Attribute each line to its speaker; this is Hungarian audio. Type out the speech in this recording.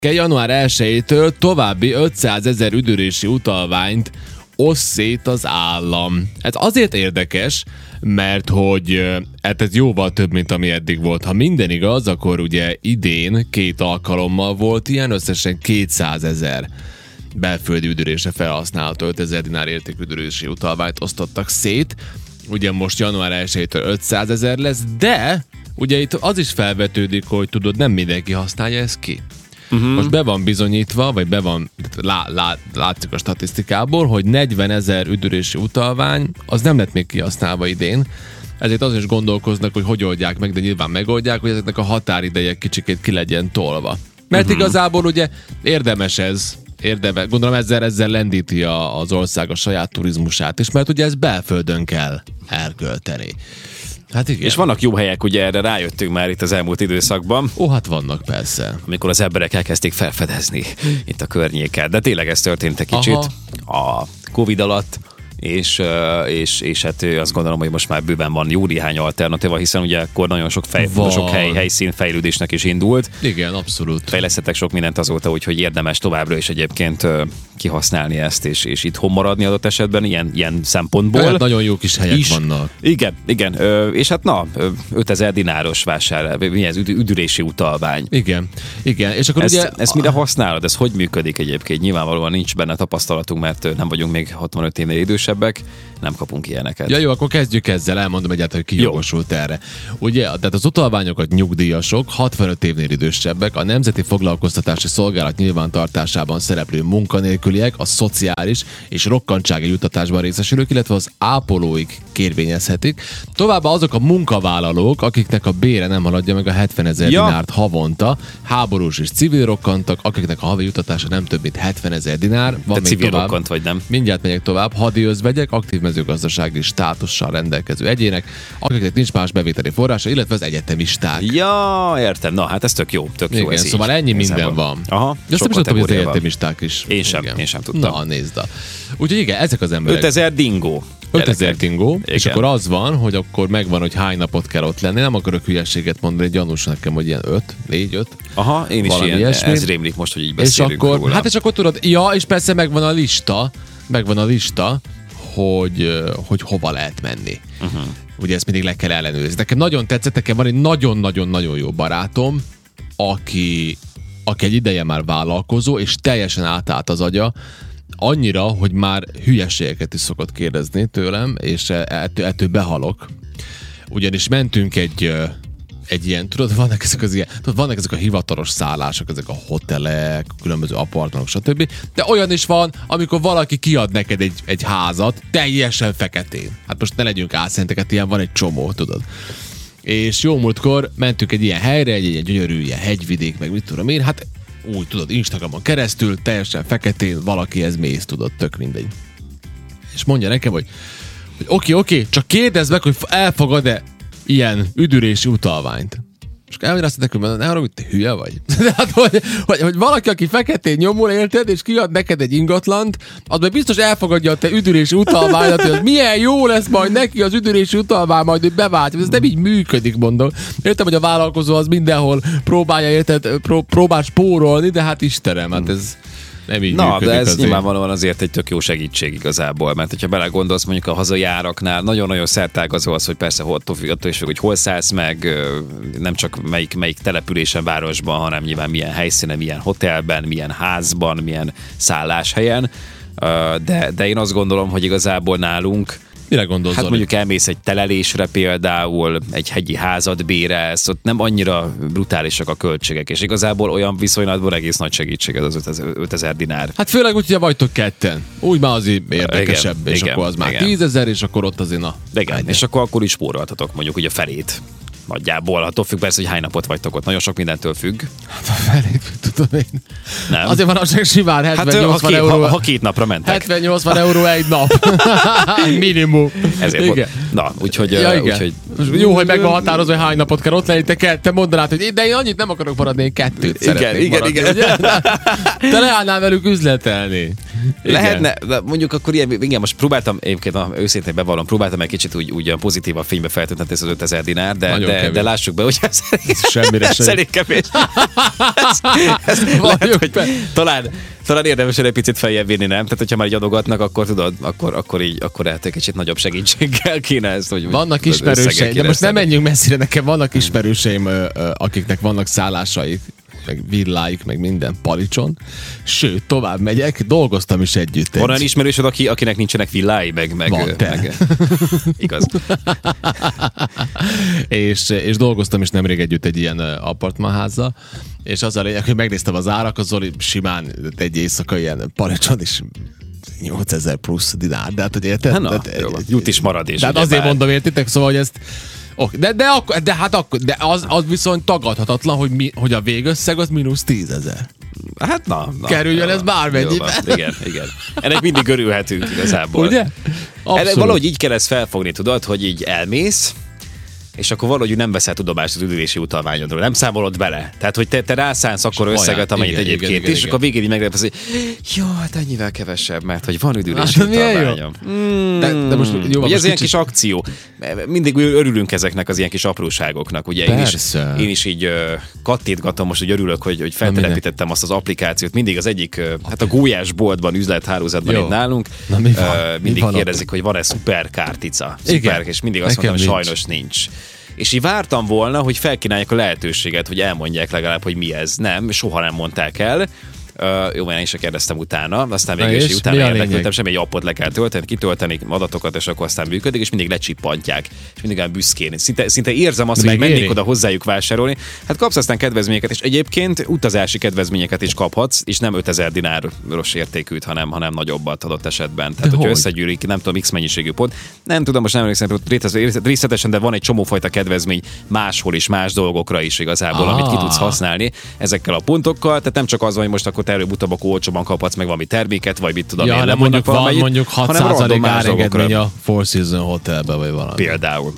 Speaker 1: január 1-től további 500 000 üdülési utalványt oszt szét az állam. Ez azért érdekes, mert hogy ez jóval több, mint ami eddig volt. Ha minden igaz, akkor ugye idén 2 alkalommal volt ilyen, összesen 200 000 belföldi üdülésre felhasználható 5000 dinár értékű üdülési utalványt osztottak szét. Ugye most január 1-től 500 000 lesz, de ugye itt az is felvetődik, hogy tudod, nem mindenki használja ezt ki. Most be van bizonyítva, vagy be van, látszik a statisztikából, hogy 40 000 üdülési utalvány, az nem lett még kihasználva idén, ezért azon is gondolkoznak, hogy oldják meg, de nyilván megoldják, hogy ezeknek a határideje kicsikét ki legyen tolva. Mert igazából ugye érdemes ez, gondolom ezzel lendíti az ország a saját turizmusát is, mert ugye ezt belföldön kell elkölteni. Hát igen.
Speaker 2: És vannak jó helyek, ugye erre rájöttünk már itt az elmúlt időszakban.
Speaker 1: Ó, hát vannak persze.
Speaker 2: Amikor az emberek elkezdték felfedezni itt a környéken. De tényleg ez történt egy kicsit a Covid alatt, és hát azt gondolom, hogy most már bőven van jó néhány alternatíva, hiszen ugye akkor nagyon sok helyszín fejlődésnek is indult.
Speaker 1: Igen, abszolút.
Speaker 2: Fejlesztettek sok mindent azóta, úgyhogy érdemes továbbra is egyébként kihasználni ezt, és itthon maradni adott esetben ilyen szempontból.
Speaker 1: Hát nagyon jó kis helyek vannak.
Speaker 2: Igen. És hát 5000 dináros vásár, mi ez, üdülési utalvány.
Speaker 1: Igen. És akkor
Speaker 2: ezt mire használod? Ez hogy működik egyébként? Nyilvánvalóan nincs benne tapasztalatunk, mert nem vagyunk még 65 évnél idősebbek, nem kapunk ilyeneket.
Speaker 1: Ja, jó, akkor kezdjük ezzel, elmondom egyáltalán, hogy ki jogosult erre. Ugye, tehát az utalványokat nyugdíjasok, 65 évnél idősebbek, a Nemzeti Foglalkoztatási Szolgálat nyilvántartásában szereplő munkanélküliek, a szociális és rokkantsági juttatásban részesülők, illetve az ápolóik kérvényezhetik. Továbbá azok a munkavállalók, akiknek a bére nem haladja meg a 70 000 dinárt havonta, háborús és civil rokkantak, akiknek a havi juttatása nem több mint 70 000 dinár. Van
Speaker 2: te
Speaker 1: még
Speaker 2: civil
Speaker 1: tovább.
Speaker 2: rokkant vagy nem?
Speaker 1: Mindjárt megyek tovább. Hadiözvegyek, aktív mezőgazdasági státussal rendelkező egyének, akiknek nincs más bevételi forrása, illetve az egyetemisták.
Speaker 2: Ja, értem. Na, hát ez tök jó.
Speaker 1: Igen,
Speaker 2: ez
Speaker 1: szóval
Speaker 2: így.
Speaker 1: ennyi minden van.
Speaker 2: Aha,
Speaker 1: de azt nem is tudtam, hogy az egyetemisták is.
Speaker 2: Én sem tudtam.
Speaker 1: Na, nézd. Úgyhogy igen, ezek az emberek.
Speaker 2: 5000 dingó.
Speaker 1: 5000 dingó,
Speaker 2: igen.
Speaker 1: És akkor az van, hogy akkor megvan, hogy hány napot kell ott lenni. Nem akarok hülyeséget mondani, gyanús nekem, hogy ilyen 4-5.
Speaker 2: Aha, én is ilyen, ez rémlik most, hogy így beszélünk róla.
Speaker 1: Hát és akkor tudod, és persze megvan a lista, hogy hova lehet menni. Ugye ezt mindig le kell ellenőrizni. Nekem nagyon tetszett, nekem van egy nagyon-nagyon-nagyon jó barátom, aki egy ideje már vállalkozó, és teljesen átállt az agya, annyira, hogy már hülyeségeket is szokott kérdezni tőlem, és ettől behalok. Ugyanis mentünk egy ilyen, vannak ezek a hivatalos szállások, ezek a hotelek, különböző apartmanok, stb. De olyan is van, amikor valaki kiad neked egy házat, teljesen feketén. Hát most ne legyünk álszenteket, ilyen van egy csomó, tudod. És jó múltkor mentünk egy ilyen helyre, egy gyönyörű ilyen hegyvidék, meg mit tudom én, hát úgy tudod, Instagramon keresztül, teljesen feketén, valakihez mész, tudod, tök mindegy. És mondja nekem, hogy oké, csak kérdezd meg, hogy elfogad-e ilyen üdülési utalványt. És elmagyaráztad nekünk, hogy ne te hülye vagy. Hát, hogy valaki, aki feketén nyomul, érted, és kiad neked egy ingatlant, az majd biztos elfogadja a te üdülési utalványat, hogy az milyen jó lesz majd neki az üdülési utalvány, majd ő beváltja. Ez nem így működik, mondom. Értem, hogy a vállalkozó az mindenhol próbálja, érted, próbál spórolni, de hát Istenem, hát ez nem így működik.
Speaker 2: De ez
Speaker 1: azért.
Speaker 2: Nyilvánvalóan azért egy tök jó segítség igazából, mert hogyha belegondolsz mondjuk a hazajáraknál, nagyon-nagyon szertágazó az, hogy persze attól is, hogy hol szállsz meg, nem csak melyik településen, városban, hanem nyilván milyen helyszínen, milyen hotelben, milyen házban, milyen szálláshelyen, de én azt gondolom, hogy igazából nálunk
Speaker 1: mire gondolsz?
Speaker 2: Hát mondjuk elmész egy telelésre például, egy hegyi házat bérelsz, ott nem annyira brutálisak a költségek, és igazából olyan viszonylatban egész nagy segítség ez az 5000 dinár.
Speaker 1: Hát főleg úgy, hogy vagytok ketten. Úgy már azért érdekesebb,
Speaker 2: igen,
Speaker 1: és akkor az már 10 000, és akkor ott azért
Speaker 2: Igen, és akkor is spóroltatok mondjuk ugye a felét. Nagyjából, attól függ persze, hogy hány napot vagytok ott. Nagyon sok mindentől függ.
Speaker 1: Hát a felét, tudom én.
Speaker 2: Nem.
Speaker 1: Azért van az simán 70-80 euró.
Speaker 2: Ha 2 napra mentek.
Speaker 1: 70-80 euró egy nap. Minimum.
Speaker 2: Ezért
Speaker 1: igen.
Speaker 2: Na, úgyhogy...
Speaker 1: úgyhogy jó, hogy meg van határozva, hogy hány napot kell ott lenni. Te mondanád, hogy de én annyit nem akarok maradni, én 2 szeretnék maradni. Igen. Te leállnál velük üzletelni.
Speaker 2: Lehetne, de mondjuk akkor ilyen, igen, most próbáltam, egyébként őszintén bevallom, próbáltam egy kicsit úgy a pozitívabb fénybe feltüntetni ezt az 5000 dinár, de lássuk be, hogy ez
Speaker 1: semmire sem.
Speaker 2: elég kevés. Ez lehet, hogy talán érdemes egy picit feljebb vinni, nem? Tehát, hogyha már így adogatnak, akkor tudod, akkor lehet egy kicsit nagyobb segítséggel kéne ezt, hogy
Speaker 1: vannak ismerőseim, de most nem menjünk messzire, nekem vannak ismerőseim, akiknek vannak szállásaik, meg villáik, meg minden Palicson. Sőt, tovább megyek, dolgoztam is együtt.
Speaker 2: Van olyan ismerősöd, akinek nincsenek villái, meg igaz.
Speaker 1: és dolgoztam is nemrég együtt egy ilyen apartmanházzal, és az a lényeg, hogy megnéztem az árak, az Zoli simán egy éjszaka ilyen Palicson is 8000 plusz dinár, de hát, hogy érted?
Speaker 2: Jut is marad is.
Speaker 1: De hát azért mondom, értitek, szóval, hogy ezt de az viszont tagadhatatlan, hogy a végösszeg az mínusz 10 000.
Speaker 2: Hát na.
Speaker 1: Kerüljön ez bármennyibe.
Speaker 2: Igen. Ennek mindig örülhetünk igazából.
Speaker 1: Ugye?
Speaker 2: Valahogy így kell ezt felfogni, tudod, hogy így elmész, és akkor valahogy nem veszel tudomást az üdülési utalványodról, nem számolod bele. Tehát, hogy te rászánsz akkor összeget, amennyit egyébként is, és akkor végén így meglepesz, hogy jó, hát ennyivel kevesebb, mert hogy van üdülési utalványom.
Speaker 1: De most jó,
Speaker 2: ugye ez ilyen kis akció. Mindig örülünk ezeknek az ilyen kis apróságoknak, ugye én is így kattintgatom, most úgy örülök, hogy feltelepítettem azt az applikációt. Mindig az egyik, hát a gólyásboltban, üzlethálózatban itt nálunk, mindig kérdezik, hogy van-e szuperkártica. Szuper, és mindig azt mondtam, hogy sajnos nincs. És így vártam volna, hogy felkínálják a lehetőséget, hogy elmondják legalább, hogy mi ez. Nem, soha nem mondták el. Jó, én is kérdeztem utána, aztán végül is utána érdeklődtem, semmi egy appot le kell tölteni, kitölteni adatokat, és akkor aztán működik, és mindig lecsippantják. És mindig olyan büszkén. Szinte érzem azt, hogy mennék oda hozzájuk vásárolni. Hát kapsz aztán kedvezményeket, és egyébként utazási kedvezményeket is kaphatsz, és nem 5000 dináros értékűt, hanem nagyobbat adott esetben. Tehát, hogyha összegyűrik, nem tudom, x mennyiségű pont. Nem tudom, most nem emlékszem részletesen, de van egy csomófajta kedvezmény máshol is, más dolgokra is igazából, amit ki tudsz használni ezekkel a pontokkal. Tehát nem csak az, hogy most akkor előbb-utóbb akkor olcsóban kaphatsz meg valami terméket, vagy mit tudom én,
Speaker 1: mondjuk van mondjuk 6% árengedmény a Four Seasons Hotelbe, vagy valami.
Speaker 2: Például.